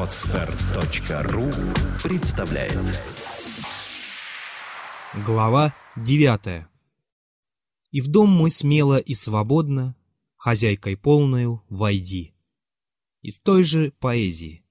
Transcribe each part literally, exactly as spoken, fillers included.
Подстер точка ру представляет. Глава девятая. И в дом мой смело и свободно, хозяйкой полною войди. Из той же поэзии.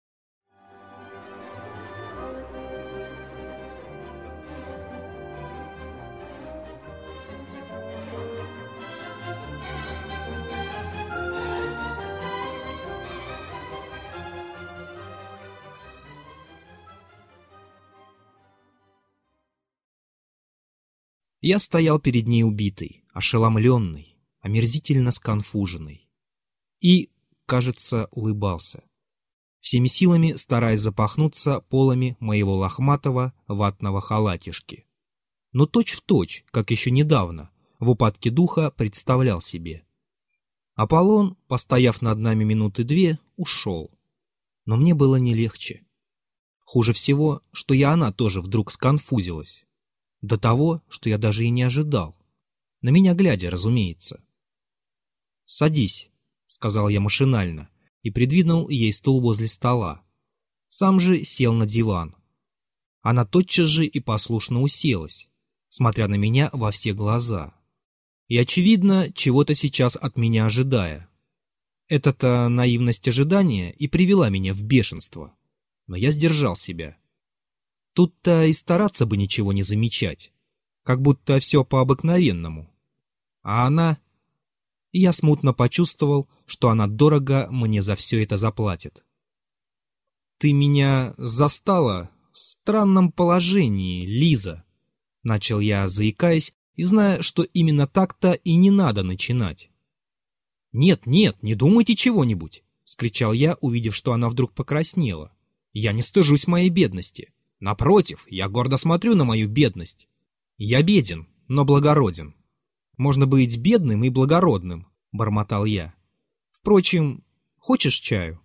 Я стоял перед ней убитый, ошеломленный, омерзительно сконфуженный. И, кажется, улыбался, всеми силами стараясь запахнуться полами моего лохматого ватного халатишки. Но точь-в-точь, как еще недавно, в упадке духа представлял себе. Аполлон, постояв над нами минуты две, ушел. Но мне было не легче. Хуже всего, что и она тоже вдруг сконфузилась. До того, что я даже и не ожидал. На меня глядя, разумеется. «Садись», — сказал я машинально и придвинул ей стул возле стола. Сам же сел на диван. Она тотчас же и послушно уселась, смотря на меня во все глаза. И, очевидно, чего-то сейчас от меня ожидая. Эта-то наивность ожидания и привела меня в бешенство. Но я сдержал себя. Тут-то и стараться бы ничего не замечать, как будто все по-обыкновенному. А она... Я смутно почувствовал, что она дорого мне за все это заплатит. «Ты меня застала в странном положении, Лиза», — начал я, заикаясь, и зная, что именно так-то и не надо начинать. «Нет, нет, не думайте чего-нибудь», — вскричал я, увидев, что она вдруг покраснела. «Я не стыжусь моей бедности. Напротив, я гордо смотрю на мою бедность. Я беден, но благороден. Можно быть бедным и благородным», — бормотал я. «Впрочем, хочешь чаю?»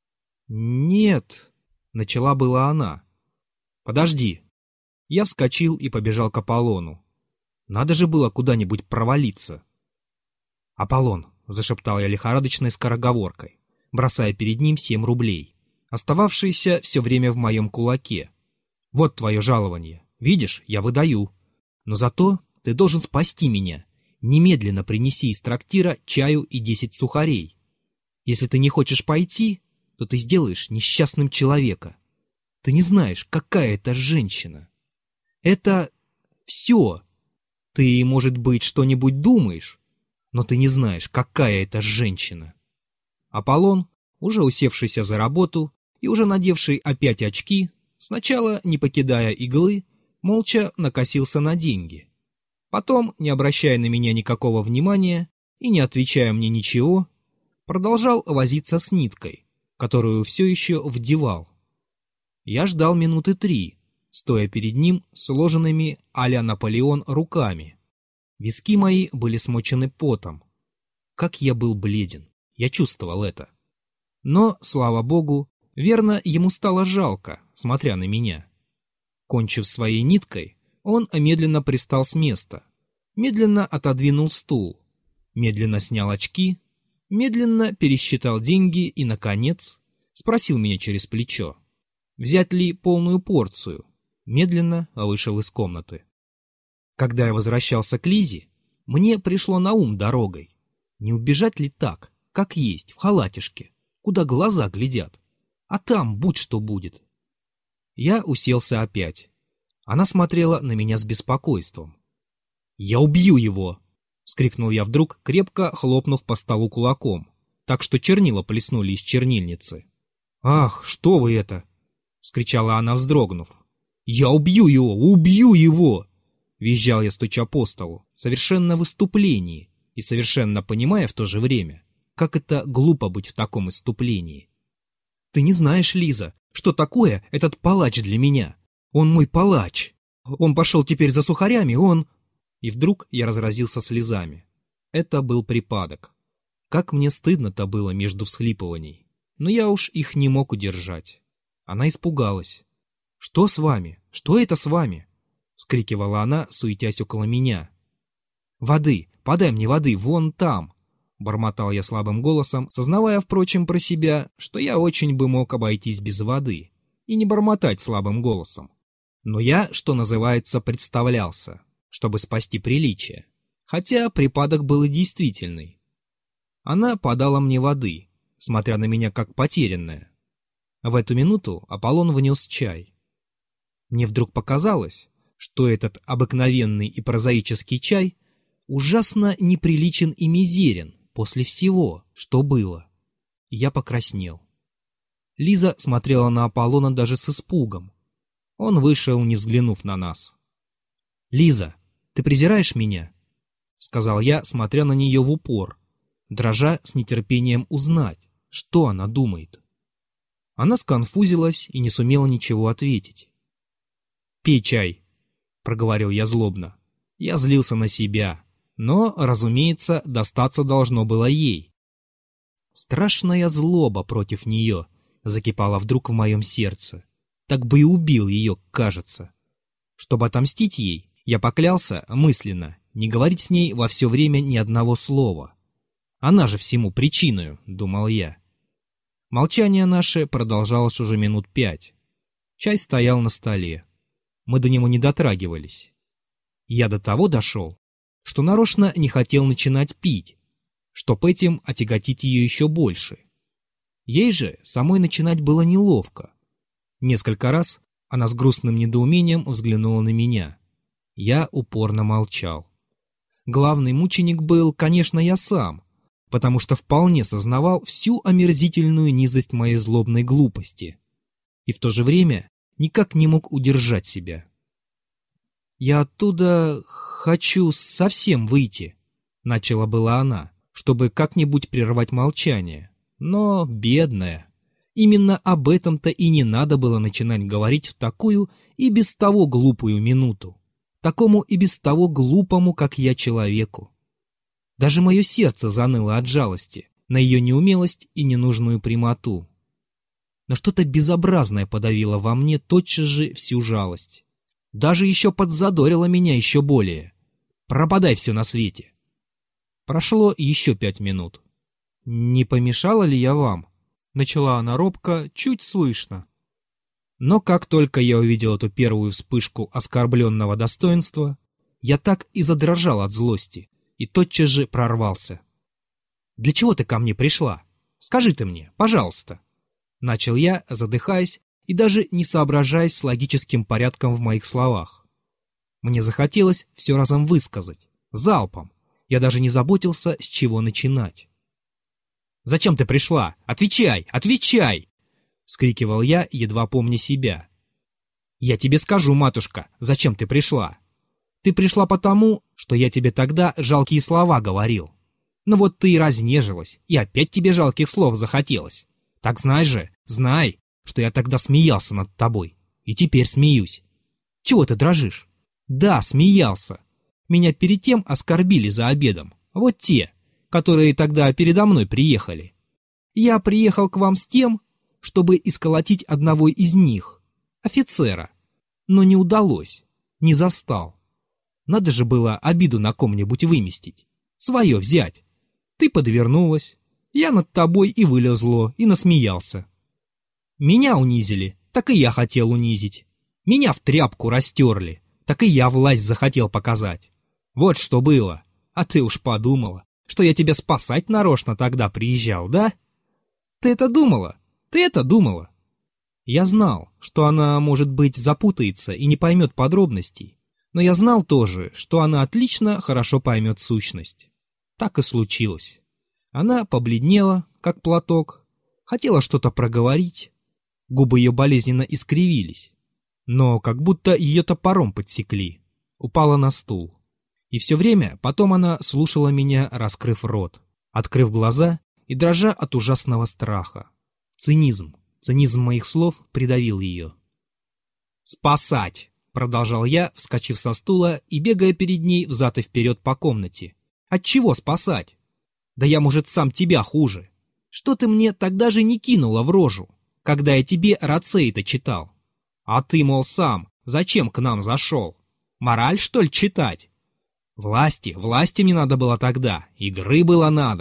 «Нет», — начала была она. «Подожди». Я вскочил и побежал к Аполлону. Надо же было куда-нибудь провалиться. «Аполлон», — зашептал я лихорадочной скороговоркой, бросая перед ним семь рублей, остававшиеся все время в моем кулаке. «Вот твое жалование. Видишь, я выдаю. Но зато ты должен спасти меня. Немедленно принеси из трактира чаю и десять сухарей. Если ты не хочешь пойти, то ты сделаешь несчастным человека. Ты не знаешь, какая это женщина. Это все. Ты, может быть, что-нибудь думаешь, но ты не знаешь, какая это женщина». Аполлон, уже усевшийся за работу и уже надевший опять очки, сначала, не покидая иглы, молча накосился на деньги. Потом, не обращая на меня никакого внимания и не отвечая мне ничего, продолжал возиться с ниткой, которую все еще вдевал. Я ждал минуты три, стоя перед ним сложенными а-ля Наполеон руками. Виски мои были смочены потом. Как я был бледен, я чувствовал это. Но, слава богу, верно, ему стало жалко, смотря на меня. Кончив своей ниткой, он медленно пристал с места, медленно отодвинул стул, медленно снял очки, медленно пересчитал деньги и, наконец, спросил меня через плечо, взять ли полную порцию, медленно вышел из комнаты. Когда я возвращался к Лизе, мне пришло на ум дорогой, не убежать ли так, как есть, в халатишке, куда глаза глядят, а там будь что будет. Я уселся опять. Она смотрела на меня с беспокойством. «Я убью его!» — вскрикнул я вдруг, крепко хлопнув по столу кулаком, так что чернила плеснули из чернильницы. «Ах, что вы это!» — вскричала она, вздрогнув. «Я убью его! Убью его!» — визжал я, стуча по столу, совершенно в выступлении и совершенно понимая в то же время, как это глупо быть в таком исступлении. «Ты не знаешь, Лиза, что такое этот палач для меня? Он мой палач. Он пошел теперь за сухарями, он...» И вдруг я разразился слезами. Это был припадок. Как мне стыдно-то было между всхлипываний. Но я уж их не мог удержать. Она испугалась. «Что с вами? Что это с вами?» — вскрикивала она, суетясь около меня. «Воды! Подай мне воды! Вон там!» — бормотал я слабым голосом, сознавая, впрочем, про себя, что я очень бы мог обойтись без воды и не бормотать слабым голосом. Но я, что называется, представлялся, чтобы спасти приличие, хотя припадок был и действительный. Она подала мне воды, смотря на меня как потерянная. В эту минуту Аполлон внес чай. Мне вдруг показалось, что этот обыкновенный и прозаический чай ужасно неприличен и мизерен после всего, что было. Я покраснел. Лиза смотрела на Аполлона даже с испугом. Он вышел, не взглянув на нас. «Лиза, ты презираешь меня?» — сказал я, смотря на нее в упор, дрожа с нетерпением узнать, что она думает. Она сконфузилась и не сумела ничего ответить. «Пей чай», — проговорил я злобно. Я злился на себя, но, разумеется, достаться должно было ей. Страшная злоба против нее закипала вдруг в моем сердце. Так бы и убил ее, кажется. Чтобы отомстить ей, я поклялся мысленно не говорить с ней во все время ни одного слова. Она же всему причиною, думал я. Молчание наше продолжалось уже минут пять. Чай стоял на столе. Мы до него не дотрагивались. Я до того дошел, что нарочно не хотел начинать пить, чтоб этим отяготить ее еще больше. Ей же самой начинать было неловко. Несколько раз она с грустным недоумением взглянула на меня. Я упорно молчал. Главный мученик был, конечно, я сам, потому что вполне сознавал всю омерзительную низость моей злобной глупости. И в то же время никак не мог удержать себя. «Я оттуда хочу совсем выйти», — начала была она, чтобы как-нибудь прервать молчание. Но, бедная, именно об этом-то и не надо было начинать говорить в такую и без того глупую минуту, такому и без того глупому, как я, человеку. Даже мое сердце заныло от жалости на ее неумелость и ненужную прямоту. Но что-то безобразное подавило во мне тотчас же всю жалость. Даже еще подзадорило меня еще более. Пропадай все на свете. Прошло еще пять минут. «Не помешала ли я вам?» — начала она робко, чуть слышно. Но как только я увидел эту первую вспышку оскорбленного достоинства, я так и задрожал от злости и тотчас же прорвался. «Для чего ты ко мне пришла? Скажи ты мне, пожалуйста!» Начал я, задыхаясь и даже не соображаясь с логическим порядком в моих словах. Мне захотелось все разом высказать, залпом. Я даже не заботился, с чего начинать. «Зачем ты пришла? Отвечай! Отвечай!» — вскрикивал я, едва помня себя. «Я тебе скажу, матушка, зачем ты пришла. Ты пришла потому, что я тебе тогда жалкие слова говорил. Но вот ты и разнежилась, и опять тебе жалких слов захотелось. Так знай же, знай, что я тогда смеялся над тобой, и теперь смеюсь. Чего ты дрожишь? Да, смеялся. Меня перед тем оскорбили за обедом. Вот те, которые тогда передо мной приехали. Я приехал к вам с тем, чтобы исколотить одного из них, офицера. Но не удалось, не застал. Надо же было обиду на ком-нибудь выместить, свое взять. Ты подвернулась, я над тобой и вылил зло, и насмеялся. Меня унизили, так и я хотел унизить. Меня в тряпку растерли, так и я власть захотел показать. Вот что было. А ты уж подумала, что я тебя спасать нарочно тогда приезжал, да? Ты это думала? Ты это думала?» Я знал, что она, может быть, запутается и не поймет подробностей, но я знал тоже, что она отлично, хорошо поймет сущность. Так и случилось. Она побледнела, как платок, хотела что-то проговорить. Губы ее болезненно искривились, но как будто ее топором подсекли. Упала на стул. И все время потом она слушала меня, раскрыв рот, открыв глаза и дрожа от ужасного страха. Цинизм, цинизм моих слов придавил ее. «Спасать!» — продолжал я, вскочив со стула и бегая перед ней взад и вперед по комнате. «От чего спасать? Да я, может, сам тебя хуже. Что ты мне тогда же не кинула в рожу, когда я тебе Рацеита читал? А ты, мол, сам зачем к нам зашел? Мораль, что ли, читать? Власти, власти мне надо было тогда, игры было надо.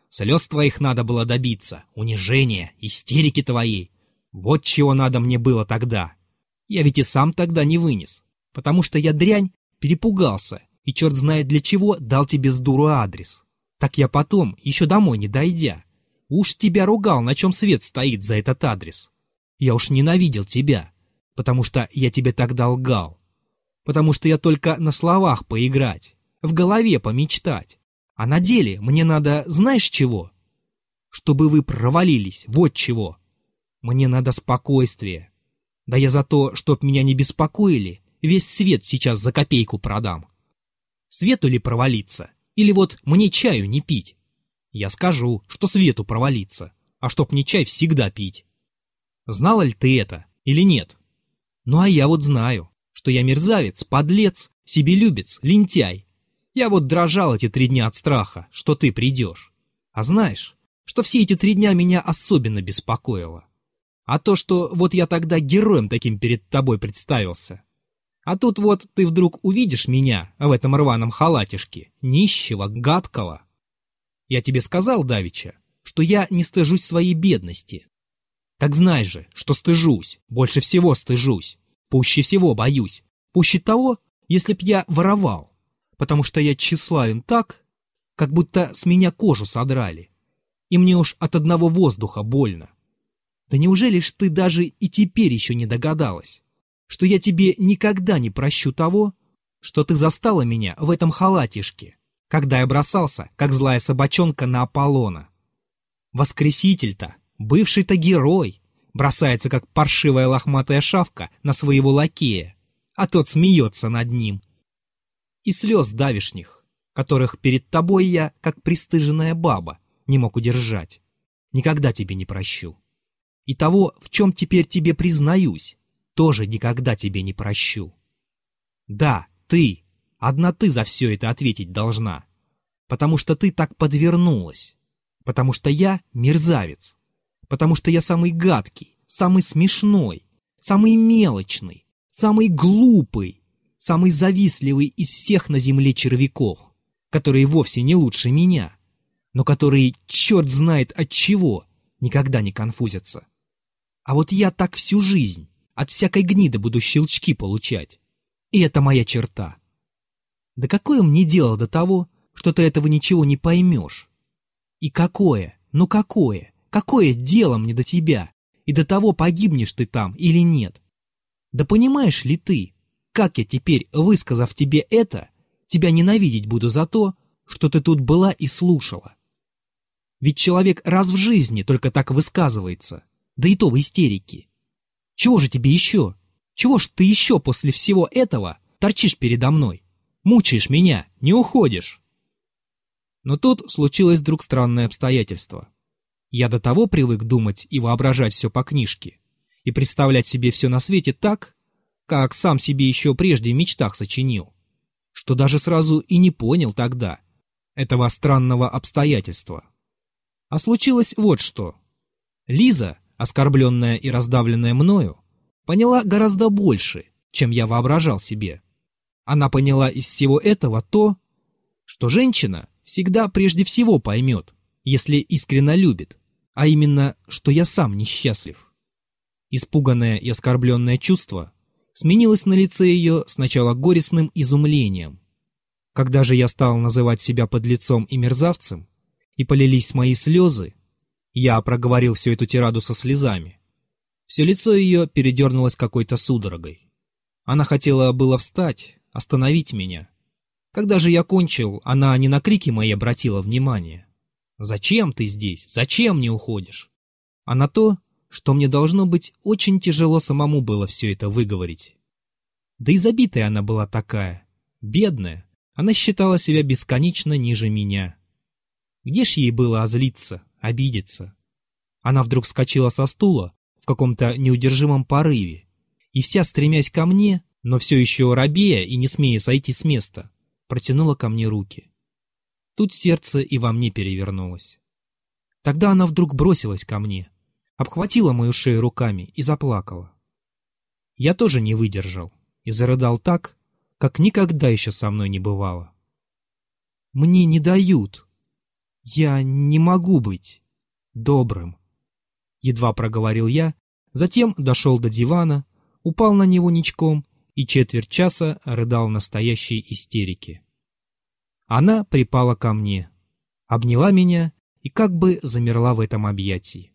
Слез твоих надо было добиться, унижения, истерики твоей. Вот чего надо мне было тогда. Я ведь и сам тогда не вынес, потому что я, дрянь, перепугался, и черт знает для чего дал тебе с дуру адрес. Так я потом, еще домой не дойдя, уж тебя ругал, на чем свет стоит за этот адрес. Я уж ненавидел тебя, потому что я тебе тогда лгал, потому что я только на словах поиграть, в голове помечтать, а на деле мне надо знаешь чего? Чтобы вы провалились, вот чего. Мне надо спокойствие. Да я за то, чтоб меня не беспокоили, весь свет сейчас за копейку продам. Свету ли провалиться? Или вот мне чаю не пить? Я скажу, что свету провалиться, а чтоб мне чай всегда пить. Знала ли ты это или нет? Ну а я вот знаю, что я мерзавец, подлец, себелюбец, лентяй. Я вот дрожал эти три дня от страха, что ты придешь. А знаешь, что все эти три дня меня особенно беспокоило? А то, что вот я тогда героем таким перед тобой представился. А тут вот ты вдруг увидишь меня в этом рваном халатишке, нищего, гадкого. Я тебе сказал давеча, что я не стыжусь своей бедности. Так знай же, что стыжусь, больше всего стыжусь, пуще всего боюсь, пуще того, если б я воровал, потому что я тщеславен так, как будто с меня кожу содрали, и мне уж от одного воздуха больно. Да неужели ж ты даже и теперь еще не догадалась, что я тебе никогда не прощу того, что ты застала меня в этом халатишке, когда я бросался, как злая собачонка, на Аполлона? Воскреситель-то, бывший-то герой, бросается, как паршивая лохматая шавка, на своего лакея, а тот смеется над ним. И слез давишних, которых перед тобой я, как пристыженная баба, не мог удержать, никогда тебе не прощу. И того, в чем теперь тебе признаюсь, тоже никогда тебе не прощу. Да, ты, одна ты за все это ответить должна, потому что ты так подвернулась, потому что я мерзавец, потому что я самый гадкий, самый смешной, самый мелочный, самый глупый, самый завистливый из всех на земле червяков, которые вовсе не лучше меня, но которые, черт знает от чего, никогда не конфузятся. А вот я так всю жизнь от всякой гниды буду щелчки получать. И это моя черта. Да какое мне дело до того, что ты этого ничего не поймешь? И какое, ну какое, какое дело мне до тебя и до того, погибнешь ты там или нет? Да понимаешь ли ты, как я теперь, высказав тебе это, тебя ненавидеть буду за то, что ты тут была и слушала? Ведь человек раз в жизни только так высказывается, да и то в истерике. Чего же тебе еще? Чего ж ты еще после всего этого торчишь передо мной? Мучаешь меня, не уходишь. Но тут случилось вдруг странное обстоятельство. Я до того привык думать и воображать все по книжке, и представлять себе все на свете так, как сам себе еще прежде в мечтах сочинил, что даже сразу и не понял тогда этого странного обстоятельства. А случилось вот что. Лиза, оскорбленная и раздавленная мною, поняла гораздо больше, чем я воображал себе. Она поняла из всего этого то, что женщина всегда прежде всего поймет, если искренне любит, а именно, что я сам несчастлив. Испуганное и оскорбленное чувство сменилось на лице ее сначала горестным изумлением. Когда же я стал называть себя подлецом и мерзавцем, и полились мои слезы, я проговорил всю эту тираду со слезами. Все лицо ее передернулось какой-то судорогой. Она хотела было встать, остановить меня. Когда же я кончил, она не на крики мои обратила внимание. «Зачем ты здесь? Зачем не уходишь?» А на то, что мне должно быть очень тяжело самому было все это выговорить. Да и забитая она была такая, бедная, она считала себя бесконечно ниже меня. Где ж ей было озлиться, обидеться? Она вдруг вскочила со стула в каком-то неудержимом порыве, и вся, стремясь ко мне, но все еще робея и не смея сойти с места, протянула ко мне руки. Тут сердце и во мне перевернулось. Тогда она вдруг бросилась ко мне, обхватила мою шею руками и заплакала. Я тоже не выдержал и зарыдал так, как никогда еще со мной не бывало. «Мне не дают. «Я не могу быть добрым», — едва проговорил я, затем дошел до дивана, упал на него ничком и четверть часа рыдал в настоящей истерике. Она припала ко мне, обняла меня и как бы замерла в этом объятии.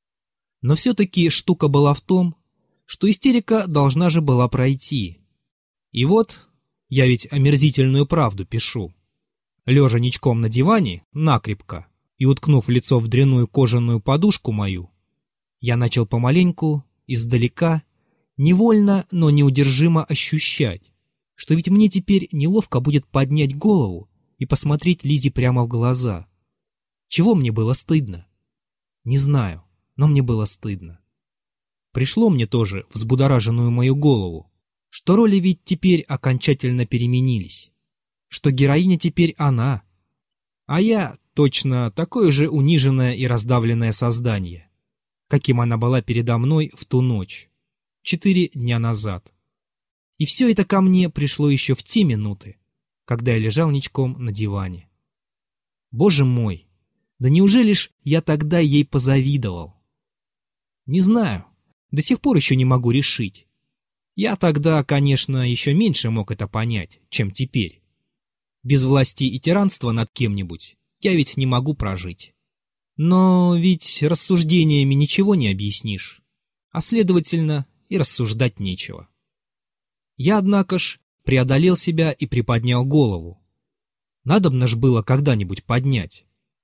Но все-таки штука была в том, что истерика должна же была пройти. И вот, я ведь омерзительную правду пишу. Лежа ничком на диване, накрепко, и уткнув лицо в дряную кожаную подушку мою, я начал помаленьку, издалека, невольно, но неудержимо ощущать, что ведь мне теперь неловко будет поднять голову и посмотреть Лизе прямо в глаза. Чего мне было стыдно? Не знаю, но мне было стыдно. Пришло мне тоже в взбудораженную мою голову, что роли ведь теперь окончательно переменились, что героиня теперь она, а я точно такое же униженное и раздавленное создание, каким она была передо мной в ту ночь, четыре дня назад. И все это ко мне пришло еще в те минуты, когда я лежал ничком на диване. Боже мой, да неужели ж я тогда ей позавидовал? Не знаю, до сих пор еще не могу решить. Я тогда, конечно, еще меньше мог это понять, чем теперь. Без власти и тиранства над кем-нибудь я ведь не могу прожить. Но ведь рассуждениями ничего не объяснишь, а следовательно и рассуждать нечего. Я, однако ж, преодолел себя и приподнял голову. Надобно ж было когда-нибудь поднять.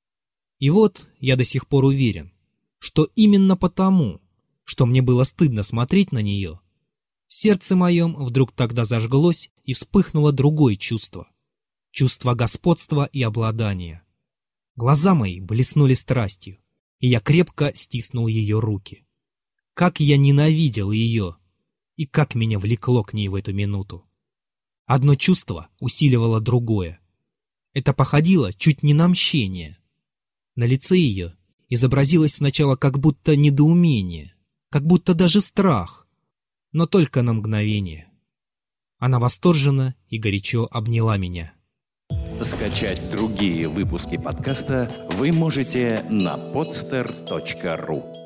И вот я до сих пор уверен, что именно потому, что мне было стыдно смотреть на нее, в сердце моем вдруг тогда зажглось и вспыхнуло другое чувство. Чувство господства и обладания. Глаза мои блеснули страстью, и я крепко стиснул ее руки. Как я ненавидел ее, и как меня влекло к ней в эту минуту. Одно чувство усиливало другое. Это походило чуть не на мщение. На лице ее изобразилось сначала как будто недоумение, как будто даже страх, но только на мгновение. Она восторженно и горячо обняла меня. Скачать другие выпуски подкаста вы можете на podster точка ру.